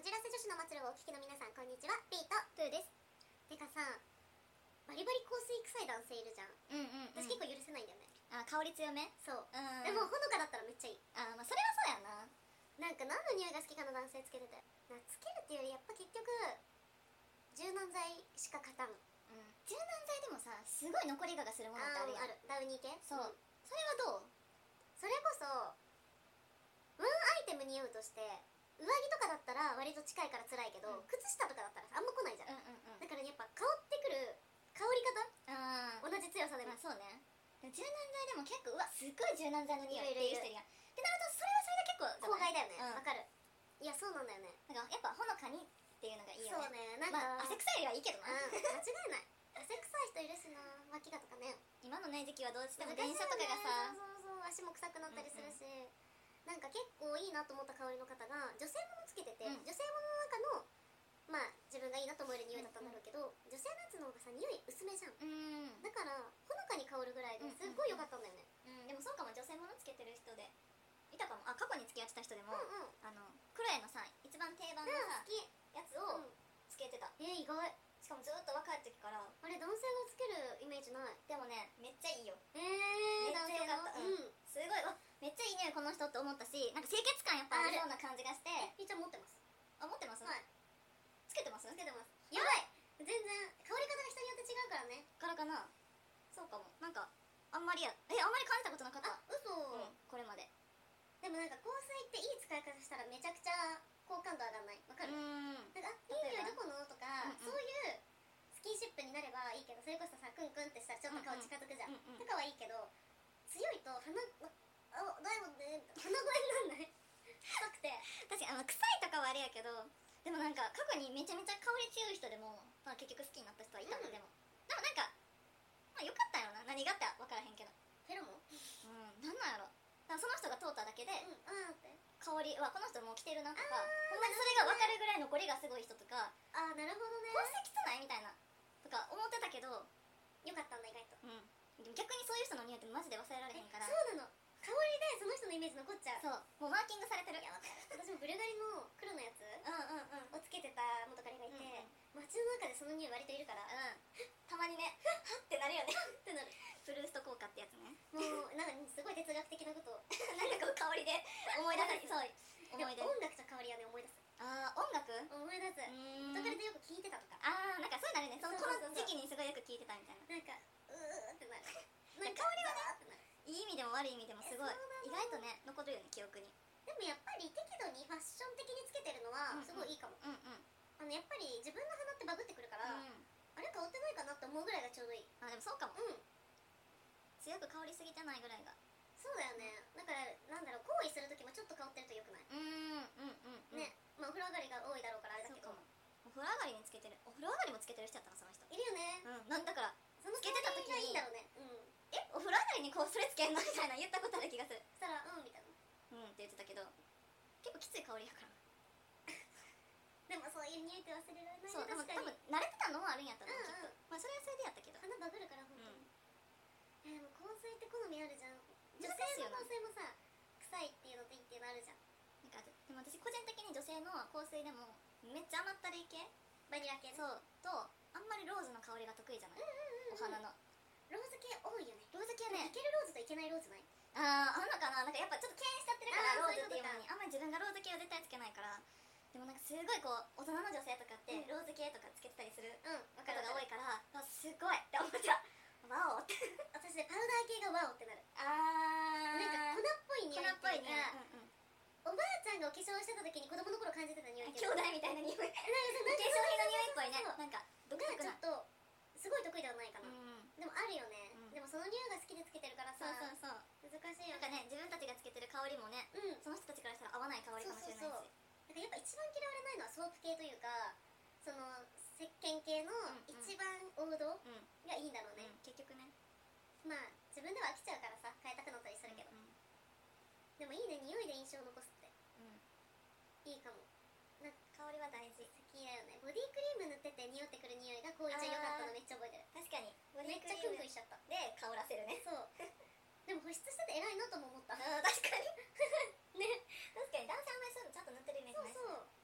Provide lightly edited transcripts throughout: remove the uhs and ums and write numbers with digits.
じらせ女子の末路をお聞きの皆さんこんにちは、ピーとトゥーです。てかさ、バリバリ香水臭い男性いるじゃん。私結構許せないんだよね。 香り強め。 そう、でもほのかだったらめっちゃいい。 まあそれはそうやな。 なんか何の匂いが好きかの男性つけてて、つけるっていうよりやっぱ結局柔軟剤しか勝たん。 柔軟剤でもさ、すごい残り香がするものってあるやん。 ダウニー系。 そう、それはどう？ それこそワンアイテムに合うとして上着とかだったら割と近いから辛いけど、靴下とかだったらあんま来ないじゃん。だからやっぱ香ってくる香り方、同じ強さでも。 そうね。柔軟剤でも結構すっごい柔軟剤の匂いっていう人いるやん。ってなるとそれはそれで結構公害だよね。わかる。いやそうなんだよね。 なんかやっぱほのかにっていうのがいいよね。 そうね。なんか汗臭いよりはいいけどな。 間違いない。汗臭い人いるしな、脇がとかね。 今のね時期はどうしても電車とかがさ、 そう足も臭くなったりするし、なんか結構いいなと思った香りの方が女性ものつけてて、女性ものの中のまあ自分がいいなと思える匂いだったんだろうけど、女性のやつの方がさ匂い薄めじゃん。だからほのかに香るぐらいですっごい良かったんだよね。 でもそうかも。女性ものつけてる人でいたかも。過去に付き合ってた人でも、クロエのさ一番定番のさやつをつけてた。 意外。 しかもずっと若い時から。 あれ男性がつけるイメージない。 でもねめっちゃいいよ。 めっちゃ良かった。すごいめっちゃいい匂いこの人って思ったし、なんか清潔感やっぱあるような感じがして。 ピーちゃん持ってます。 持ってます。 はい。 つけてます。 やばい。全然香り方が人によって違うからね。 からかな。そうかも。なんかあんまり感じたことなかった。 嘘。 これまで。 でもなんか香水っていい使い方したらめちゃくちゃ好感度上がらない？わかる？なんかいい匂いどこのとか、そういうスキンシップになればいいけど、それこそさクンクンってしたらちょっと顔近づくじゃん。とかはいいけど、強いとだいぶね鼻声になんない？臭くて。 確かに臭いとかはあれやけど、でもなんか過去にめちゃめちゃ香り強い人でも、結局好きになった人はいたの。でもなんか良かったよな。何がって分からへんけど。 フェロモン？ なんなんやろ。その人が通っただけで、香りはこの人もう着てるなとか、ほんまにそれが分かるぐらい残りがすごい人とか、 なるほどね。 香水汚いみたいなとか思ってたけど、 よかったんだ意外と。 でも逆にそういう人の匂いってマジで忘れられへんから。 そうなの。香りでその人のイメージ残っちゃう。 そう、もうマーキングされてる。 私もブルガリの黒のやつをつけてた元彼がいて、街の中でその匂い割といるから、 たまにねはってなるよね。 ってなる。 ブルースト効果ってやつね。 もうなんかすごい哲学的なことをなんかこう香りで思い出す。そうでも音楽と香りはね思い出す。 音楽思い出す。元彼でよく聴いてたとか。 なんかそうなるね。この時期にすごいよく聴いてたみたいな。 なんかってなる。 香りはね、いい意味でも悪い意味でもすごい意外とね残るよね、記憶に。 でもやっぱり適度にファッション的につけてるのはすごいいいかも。やっぱり自分の鼻ってバグってくるから、あれ香ってないかなって思うぐらいがちょうどいい。 でもそうかも。強く香りすぎてないぐらいが。 そうだよね。だからなんだろう、行為する時もちょっと香ってるとよくない？ね。お風呂上がりが多いだろうからあれだけど、 お風呂上がりにつけてる。お風呂上がりもつけてる人やったの、その人。 いるよね。 なんだからそのつけてた時がいいんだろうね。 お風呂上がりにこうそれつけんのみたいな言ったことある気がする。 そしたらみたいなって言ってたけど、結構きつい香りやから。 でもそういう匂いって忘れられないね。 そう、でも多分慣れてたのはあるんやったらきっと。それはそれでやったけど。 鼻バグるから本当に。でも香水って好みあるじゃん。女性の香水もさ、臭いっていうのといいっていうのあるじゃん。 でも私個人的に女性の香水でもめっちゃ甘ったるい系、 バニラ系。 そうと、あんまりローズの香りが得意じゃない。お花のローズ系多いよね。 ローズ系ね。 いけるローズといけないローズない？ あんのかな。なんかやっぱちょっと敬遠しちゃってるからローズっていうのにあんまり自分がローズ系を絶対つけないから。でもなんかすごいこう大人の女性とかってローズ系とかつけてたりすることが多いから、すごいって思っちゃう。ワオって。 私ねパウダー系がワオってなる。なんか粉っぽい匂いっていうか、おばあちゃんがお化粧してた時に子供の頃感じてた匂いっていうか、 兄弟みたいな匂い、化粧品の匂いっぽいね。なんか独特な、 ちょっとすごい得意ではないかな。でもあるよね。でもその匂いが好きでつけてるからさ、難しいよ。 なんかね、自分たちがつけてる香りもね、その人たちからしたら合わない香りかもしれないし。 なんかやっぱ一番嫌われないのはソープ系というか、その石鹸系の一番王道がいいんだろうね。 結局ね。 まあ自分では飽きちゃうからさ変えたくなったりするけど、でもいいね、匂いで印象を残すっていいかも。なんか香りは大事。好きだよね。ボディクリーム塗ってて匂ってくる匂いが高一は良かったのめっちゃ覚えてる。確かにめっちゃクンクンしちゃった。 で香らせるね。 そうでも保湿してて偉いなとも思った。 確かにね。確かに男性あんまりそういうのちゃんと塗ってるイメージない。 そうしかも上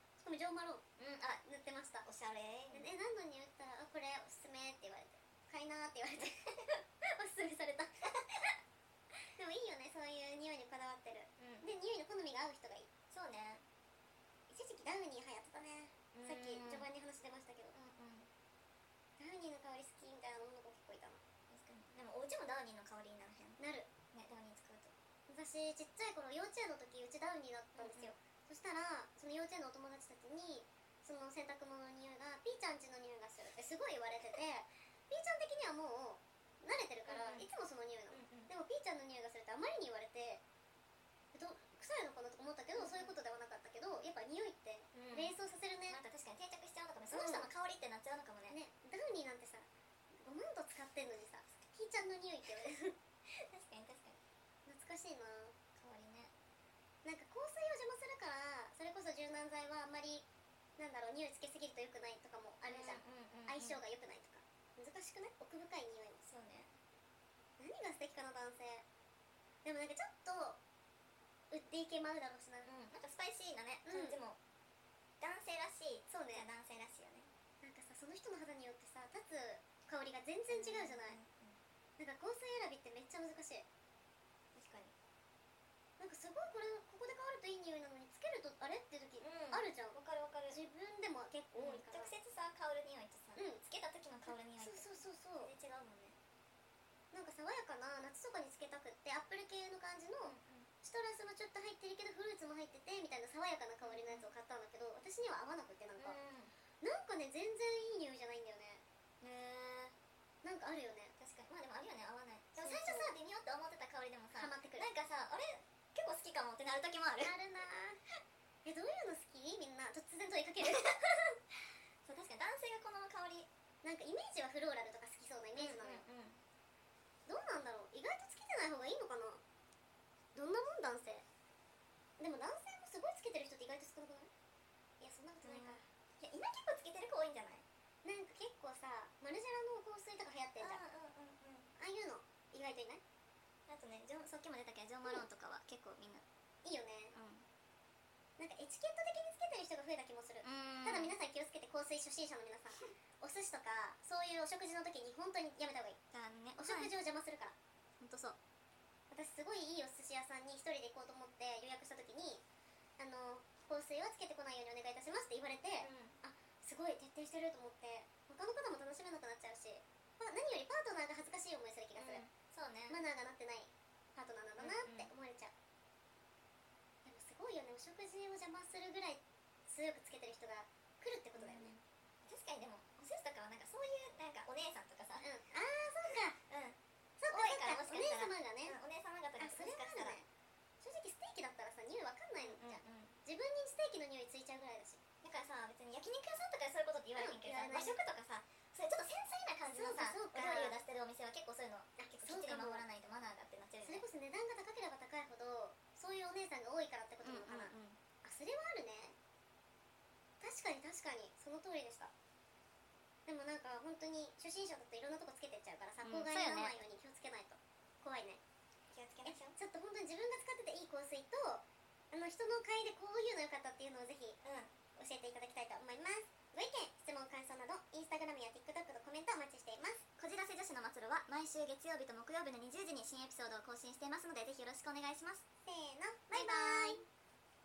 ョマロン塗ってました。 おしゃれ。 何の匂いって言ったらこれおすすめって言われて買いなーって言われておすすめされたでもいいよね、そういう匂いにこだわってる、で匂いの好みが合う人がいい。 そうね。 一時期ダウニー流行ってたね。さっき序盤に話出ましたけど、ダウニーの香り好きみたいな女の子結構いたな。 確かに。でもお家もダウニーの香りにならへん？ なるね、ダウニー使うと。 私ちっちゃい頃幼稚園の時うちダウニーだったんですよ、そしたらその幼稚園のお友達たちにその洗濯物の匂いがピーちゃんちの匂いがするってすごい言われててピーちゃん的にはもう慣れてるから、いつもその匂いなの、でもピーちゃんの匂いがするってあまりに言われて臭いのかなとか思ったけど、そういうことではなかったけど、やっぱ匂いって連想させるね、 なんか確かに定着しちゃうのかも、その人の香りってなっちゃうのかもね。 ダウニーなんてさ5万と使ってんのにさピーちゃんの匂いって言われる確かに確かに。 懐かしいな。 香りね。 なんか香水を邪魔するからそれこそ柔軟剤はあんまりなんだろう匂いつけすぎると良くないとかもあるじゃん、相性が良くないとか難しくない？奥深い匂いも。 そうね。 何が素敵かな男性。でもなんかちょっと売っていけまうだろうしな、 なんかスパイシーなね感じも、男性らしい。 そうね、 男性らしいよね。 なんかさその人の肌によってさ立つ香りが全然違うじゃない、なんか香水選びってめっちゃ難しい。 確かに。 なんかすごいここで香るといい匂いなのにつけるとあれって時あるじゃん。 わかるわかる。 自分でも結構多いから、 直接さ香る匂いとさ、つけた時の香る匂いってそう全然違うもんね。 なんか爽やかな夏とかにつけたくってアップル系の感じの、シトラスもちょっと入ってるけどフルーツも入っててみたいな爽やかな香りのやつを買ったんだけど、私には合わなくってなんかね全然いい匂いじゃないんだよね。なんかあるよね。 確かに。まあでもあるよね、合わない。でも最初さ微妙って思ってた香りでもさハマってくる。 なんかさあれ結構好きかもってなる時もある。 あるなどういうの好き？みんな突然問いかけるそう確かに男性が好む香り、 なんかイメージはフローラルとか好きそうなイメージなのよ、どうなんだろう、意外とつけてない方がいいのかな。どんなもん男性。でも男性もすごいつけてる人って意外と少なくない？いやそんなことないか、 いや今結構つけてる子多いんじゃない？ なんか結構さマルジェラの香水とか流行ってんじゃん、ああいうの意外といない？ あとねさっきも出たけどジョン・マローンとかは結構みんな、 いいよね、なんかエチケット的につけてる人が増えた気もする。ただ皆さん気をつけて、香水初心者の皆さんお寿司とかそういうお食事の時に本当にやめた方がいい。お食事を邪魔するから。 ほんとそう。 私すごいいいお寿司屋さんに一人で行こうと思って予約した時に香水はつけてこないようにお願いいたしますって言われて、あすごい徹底してると思って、他の方も楽しめなくなっちゃうし、何よりパートナーが恥ずかしい思いする気がする、 そうね。 マナーがなってないパートナーなんだなって思われちゃう、でもすごいよね、お食事を邪魔するぐらい強くつけてる人が来るってことだよね、 確かに。でもお寿司とかはなんかそういうなんかお姉さんとかさ、 ああそうかそうか多いから、もしかしたらお姉様がね、 お姉様方がそれはあるね。正直ステーキだったらさ匂いわかんないのじゃん、自分にステーキの匂いついちゃうぐらいだし。 だからさ別に焼肉屋さんとかでそういうことって言われへんけどさ、和食とかさそれちょっと繊細な感じのさお料理を出してるお店は結構そういうの結構きっちり守らないとマナーがってなっちゃうよね。 それこそ値段が高ければ高いほどそういうお姉さんが多いからってことなのかな、それはあるね。確かにその通りでした。でもなんか本当に初心者だといろんなとこつけてっちゃうからさ、公害にならないように気をつけないと怖いね。 気をつけましょう。 ちょっと本当に自分が使ってていい香水と人の買いでこういうの良かったっていうのをぜひ教えていただきたいと思います。ご意見質問感想などインスタグラムや TikTok のコメントお待ちしています。 こじらせ女子の末路は毎週月曜日と木曜日の20時に新エピソードを更新していますのでぜひよろしくお願いします。 せーの、バイバイ。